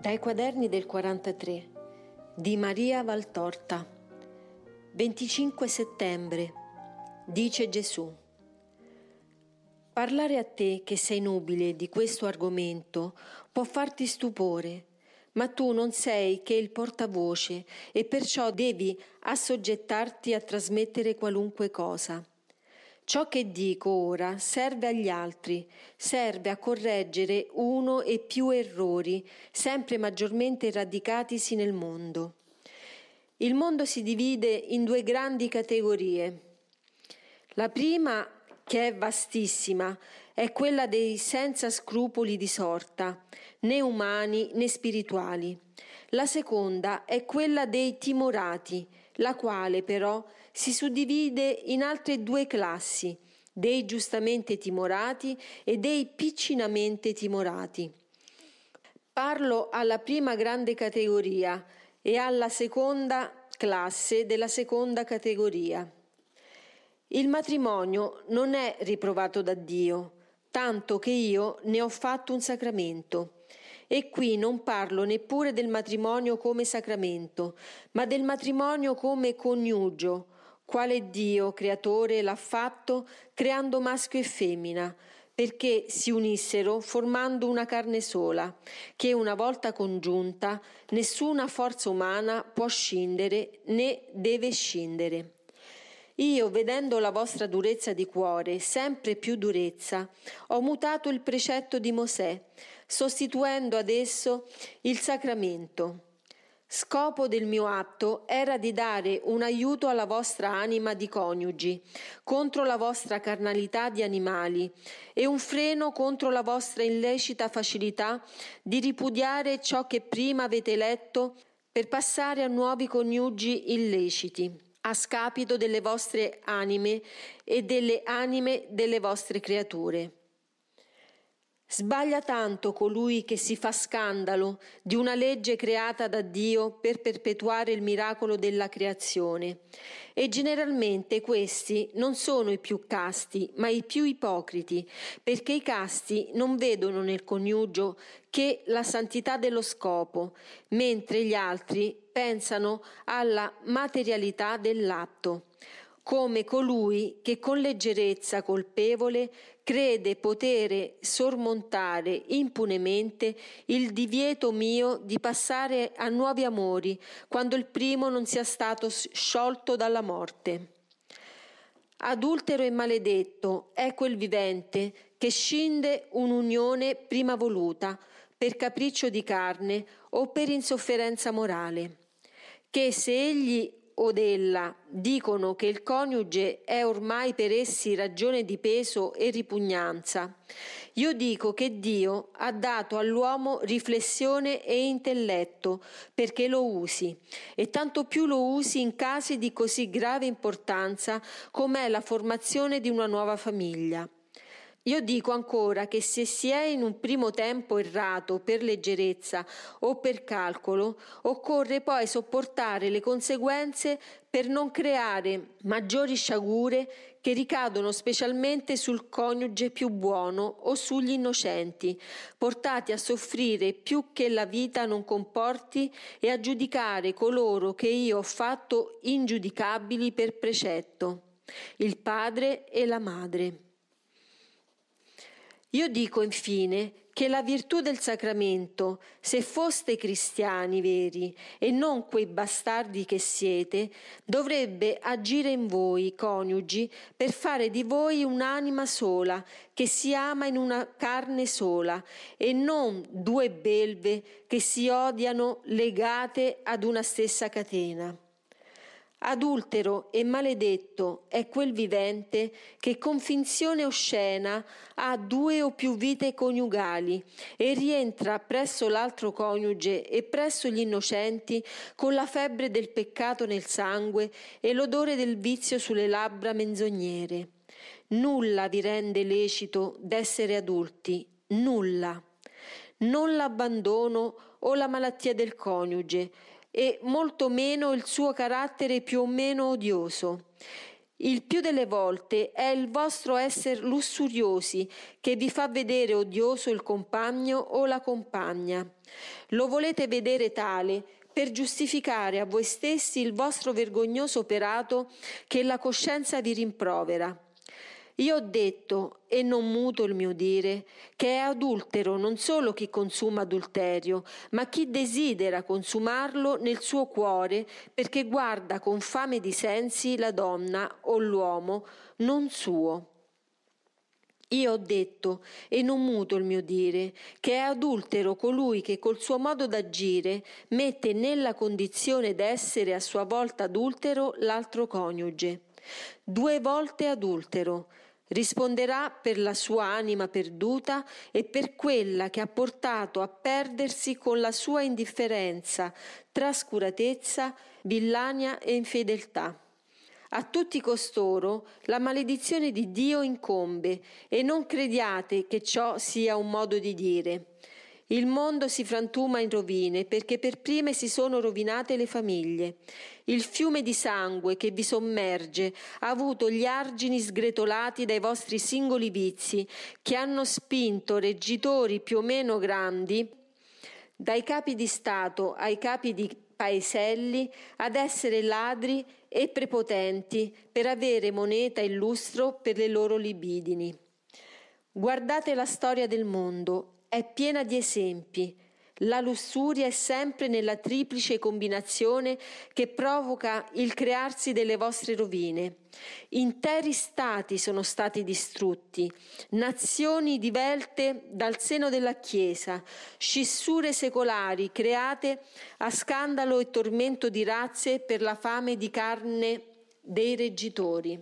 Dai quaderni del 43 di Maria Valtorta. 25 settembre. Dice Gesù: parlare a te che sei nubile di questo argomento può farti stupore, ma tu non sei che il portavoce e perciò devi assoggettarti a trasmettere qualunque cosa. Ciò che dico ora serve agli altri, serve a correggere uno e più errori, sempre maggiormente radicatisi nel mondo. Il mondo si divide in due grandi categorie. La prima, che è vastissima, è quella dei senza scrupoli di sorta, né umani né spirituali. La seconda è quella dei timorati, la quale però si suddivide in altre due classi, dei giustamente timorati e dei piccinamente timorati. Parlo alla prima grande categoria e alla seconda classe della seconda categoria. Il matrimonio non è riprovato da Dio, tanto che io ne ho fatto un sacramento. E qui non parlo neppure del matrimonio come sacramento, ma del matrimonio come coniugio, quale Dio, creatore, l'ha fatto creando maschio e femmina, perché si unissero formando una carne sola, che una volta congiunta nessuna forza umana può scindere né deve scindere. Io, vedendo la vostra durezza di cuore, sempre più durezza, ho mutato il precetto di Mosè, sostituendo ad esso il sacramento. Scopo del mio atto era di dare un aiuto alla vostra anima di coniugi, contro la vostra carnalità di animali, e un freno contro la vostra illecita facilità di ripudiare ciò che prima avete letto per passare a nuovi coniugi illeciti, a scapito delle vostre anime e delle anime delle vostre creature. Sbaglia tanto colui che si fa scandalo di una legge creata da Dio per perpetuare il miracolo della creazione, e generalmente questi non sono i più casti, ma i più ipocriti, perché i casti non vedono nel coniugio che la santità dello scopo, mentre gli altri pensano alla materialità dell'atto, come colui che con leggerezza colpevole crede potere sormontare impunemente il divieto mio di passare a nuovi amori quando il primo non sia stato sciolto dalla morte. Adultero e maledetto è quel vivente che scinde un'unione prima voluta per capriccio di carne o per insofferenza morale, che se egli od ella dicono che il coniuge è ormai per essi ragione di peso e ripugnanza, io dico che Dio ha dato all'uomo riflessione e intelletto perché lo usi, e tanto più lo usi in casi di così grave importanza com'è la formazione di una nuova famiglia. Io dico ancora che se si è in un primo tempo errato per leggerezza o per calcolo, occorre poi sopportare le conseguenze per non creare maggiori sciagure che ricadono specialmente sul coniuge più buono o sugli innocenti, portati a soffrire più che la vita non comporti e a giudicare coloro che io ho fatto ingiudicabili per precetto, il padre e la madre. Io dico infine che la virtù del sacramento, se foste cristiani veri e non quei bastardi che siete, dovrebbe agire in voi, coniugi, per fare di voi un'anima sola, che si ama in una carne sola, e non due belve che si odiano legate ad una stessa catena. Adultero e maledetto è quel vivente che con finzione oscena ha due o più vite coniugali e rientra presso l'altro coniuge e presso gli innocenti con la febbre del peccato nel sangue e l'odore del vizio sulle labbra menzognere. Nulla vi rende lecito d'essere adulti, nulla. Non l'abbandono o la malattia del coniuge, e molto meno il suo carattere più o meno odioso. Il più delle volte è il vostro essere lussuriosi che vi fa vedere odioso il compagno o la compagna. Lo volete vedere tale per giustificare a voi stessi il vostro vergognoso operato che la coscienza vi rimprovera. Io ho detto, e non muto il mio dire, che è adultero non solo chi consuma adulterio, ma chi desidera consumarlo nel suo cuore perché guarda con fame di sensi la donna o l'uomo non suo. Io ho detto, e non muto il mio dire, che è adultero colui che col suo modo d'agire mette nella condizione d'essere a sua volta adultero l'altro coniuge. 2 volte adultero. Risponderà per la sua anima perduta e per quella che ha portato a perdersi con la sua indifferenza, trascuratezza, villania e infedeltà. A tutti costoro la maledizione di Dio incombe e non crediate che ciò sia un modo di dire. Il mondo si frantuma in rovine perché per prime si sono rovinate le famiglie. Il fiume di sangue che vi sommerge ha avuto gli argini sgretolati dai vostri singoli vizi che hanno spinto reggitori più o meno grandi, dai capi di Stato ai capi di paeselli, ad essere ladri e prepotenti per avere moneta e lustro per le loro libidini. Guardate la storia del mondo. È piena di esempi. La lussuria è sempre nella triplice combinazione che provoca il crearsi delle vostre rovine. Interi stati sono stati distrutti, nazioni divelte dal seno della Chiesa, scissure secolari create a scandalo e tormento di razze per la fame di carne dei reggitori.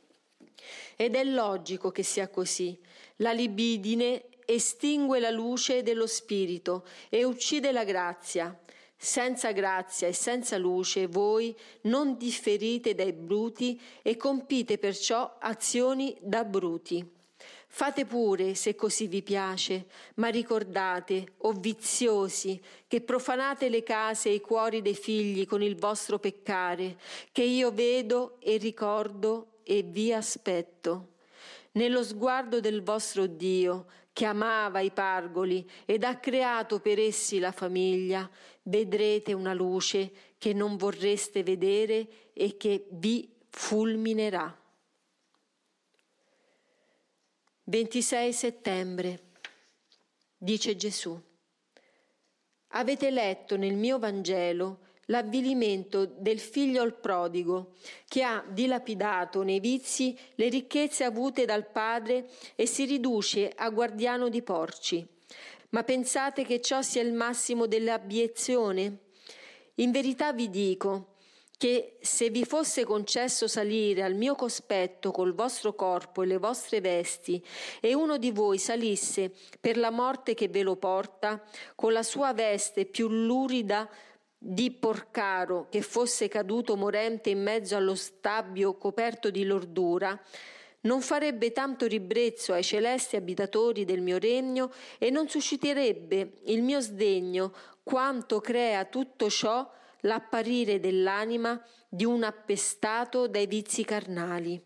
Ed è logico che sia così. La libidine estingue la luce dello spirito e uccide la grazia. Senza grazia e senza luce voi non differite dai bruti e compite perciò azioni da bruti. Fate pure se così vi piace, ma ricordate, o viziosi, che profanate le case e i cuori dei figli con il vostro peccare, che io vedo e ricordo e vi aspetto. Nello sguardo del vostro Dio, che amava i pargoli ed ha creato per essi la famiglia, vedrete una luce che non vorreste vedere e che vi fulminerà. 26 settembre. Dice Gesù: avete letto nel mio Vangelo l'avvilimento del figlio il prodigo, che ha dilapidato nei vizi le ricchezze avute dal padre e si riduce a guardiano di porci. Ma pensate che ciò sia il massimo dell'abiezione? In verità vi dico che se vi fosse concesso salire al mio cospetto col vostro corpo e le vostre vesti, e uno di voi salisse per la morte che ve lo porta, con la sua veste più lurida di porcaro che fosse caduto morente in mezzo allo stabbio coperto di lordura, non farebbe tanto ribrezzo ai celesti abitatori del mio regno e non susciterebbe il mio sdegno quanto crea tutto ciò l'apparire dell'anima di un appestato dai vizi carnali.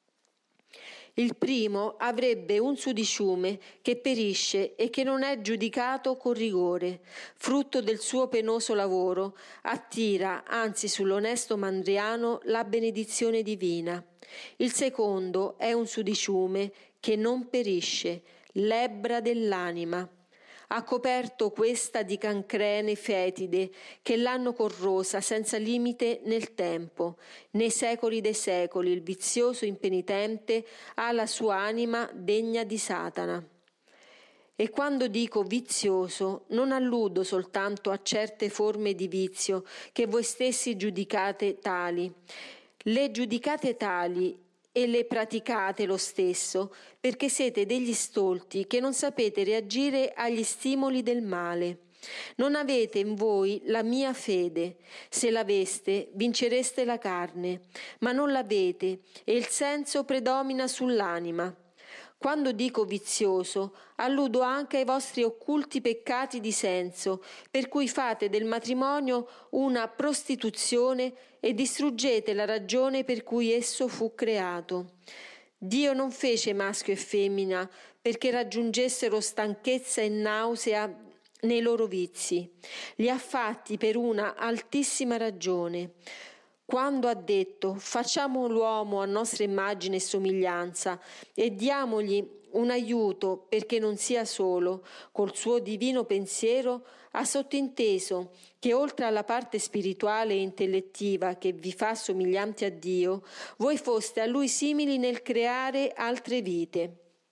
Il primo avrebbe un sudiciume che perisce e che non è giudicato con rigore, frutto del suo penoso lavoro, attira anzi sull'onesto mandriano la benedizione divina. Il secondo è un sudiciume che non perisce, lebbra dell'anima. Ha coperto questa di cancrene fetide che l'hanno corrosa senza limite nel tempo. Nei secoli dei secoli il vizioso impenitente ha la sua anima degna di Satana. E quando dico vizioso non alludo soltanto a certe forme di vizio che voi stessi giudicate tali. Le giudicate tali e le praticate lo stesso perché siete degli stolti che non sapete reagire agli stimoli del male. Non avete in voi la mia fede. Se l'aveste, vincereste la carne, ma non l'avete e il senso predomina sull'anima. Quando dico vizioso, alludo anche ai vostri occulti peccati di senso, per cui fate del matrimonio una prostituzione e distruggete la ragione per cui esso fu creato. Dio non fece maschio e femmina perché raggiungessero stanchezza e nausea nei loro vizi. Li ha fatti per una altissima ragione. Quando ha detto facciamo l'uomo a nostra immagine e somiglianza e diamogli un aiuto perché non sia solo, col suo divino pensiero ha sottinteso che oltre alla parte spirituale e intellettiva che vi fa somiglianti a Dio, voi foste a Lui simili nel creare altre vite.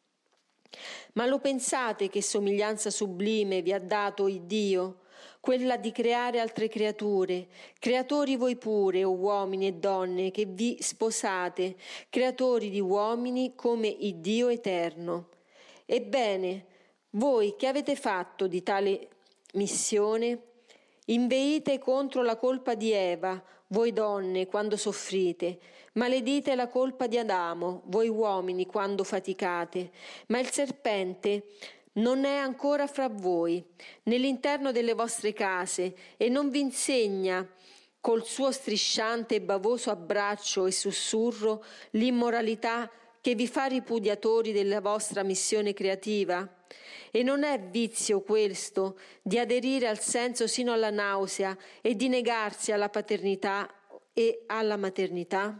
Ma lo pensate che somiglianza sublime vi ha dato il Dio? Quella di creare altre creature, creatori voi pure, o uomini e donne, che vi sposate, creatori di uomini come il Dio eterno. Ebbene, voi che avete fatto di tale missione? Inveite contro la colpa di Eva, voi donne, quando soffrite, maledite la colpa di Adamo, voi uomini, quando faticate, ma il serpente non è ancora fra voi, nell'interno delle vostre case, e non vi insegna col suo strisciante e bavoso abbraccio e sussurro l'immoralità che vi fa ripudiatori della vostra missione creativa? E non è vizio questo di aderire al senso sino alla nausea e di negarsi alla paternità e alla maternità?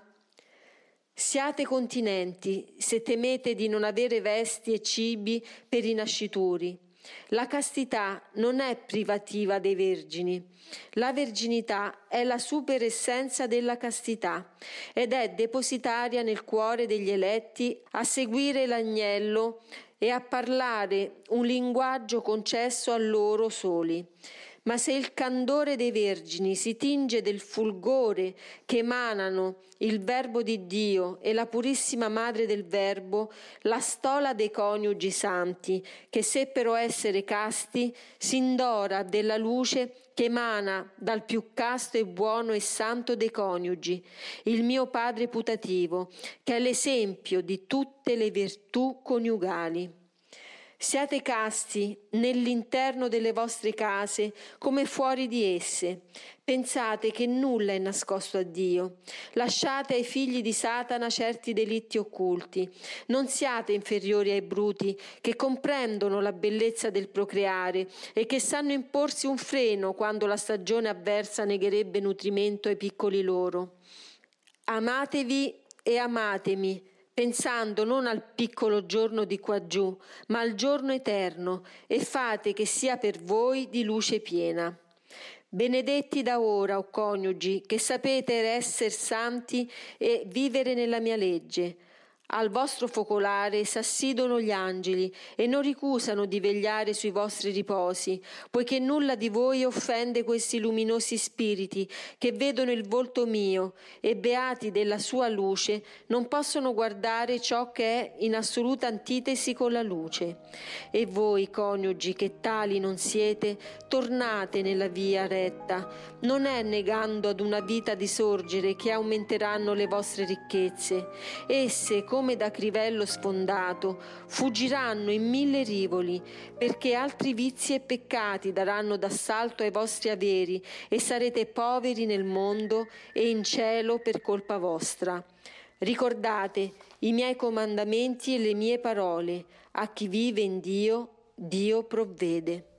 Siate continenti se temete di non avere vesti e cibi per i nascituri. La castità non è privativa dei vergini. La verginità è la superessenza della castità ed è depositaria nel cuore degli eletti a seguire l'agnello e a parlare un linguaggio concesso a loro soli. Ma se il candore dei vergini si tinge del fulgore che emanano il Verbo di Dio e la purissima Madre del Verbo, la stola dei coniugi santi, che seppero essere casti, s'indora della luce che emana dal più casto e buono e santo dei coniugi, il mio Padre putativo, che è l'esempio di tutte le virtù coniugali. Siate casti nell'interno delle vostre case come fuori di esse. Pensate che nulla è nascosto a Dio. Lasciate ai figli di Satana certi delitti occulti. Non siate inferiori ai bruti che comprendono la bellezza del procreare e che sanno imporsi un freno quando la stagione avversa negherebbe nutrimento ai piccoli loro. Amatevi e amatemi, pensando non al piccolo giorno di qua giù, ma al giorno eterno, e fate che sia per voi di luce piena. Benedetti da ora, o coniugi, che sapete esser santi e vivere nella mia legge. Al vostro focolare s'assidono gli angeli e non ricusano di vegliare sui vostri riposi, poiché nulla di voi offende questi luminosi spiriti che vedono il volto mio e, beati della sua luce, non possono guardare ciò che è in assoluta antitesi con la luce. E voi, coniugi, che tali non siete, tornate nella via retta. Non è negando ad una vita di sorgere che aumenteranno le vostre ricchezze. Esse, come da crivello sfondato, fuggiranno in 1000 rivoli, perché altri vizi e peccati daranno d'assalto ai vostri averi e sarete poveri nel mondo e in cielo per colpa vostra. Ricordate i miei comandamenti e le mie parole. A chi vive in Dio, Dio provvede.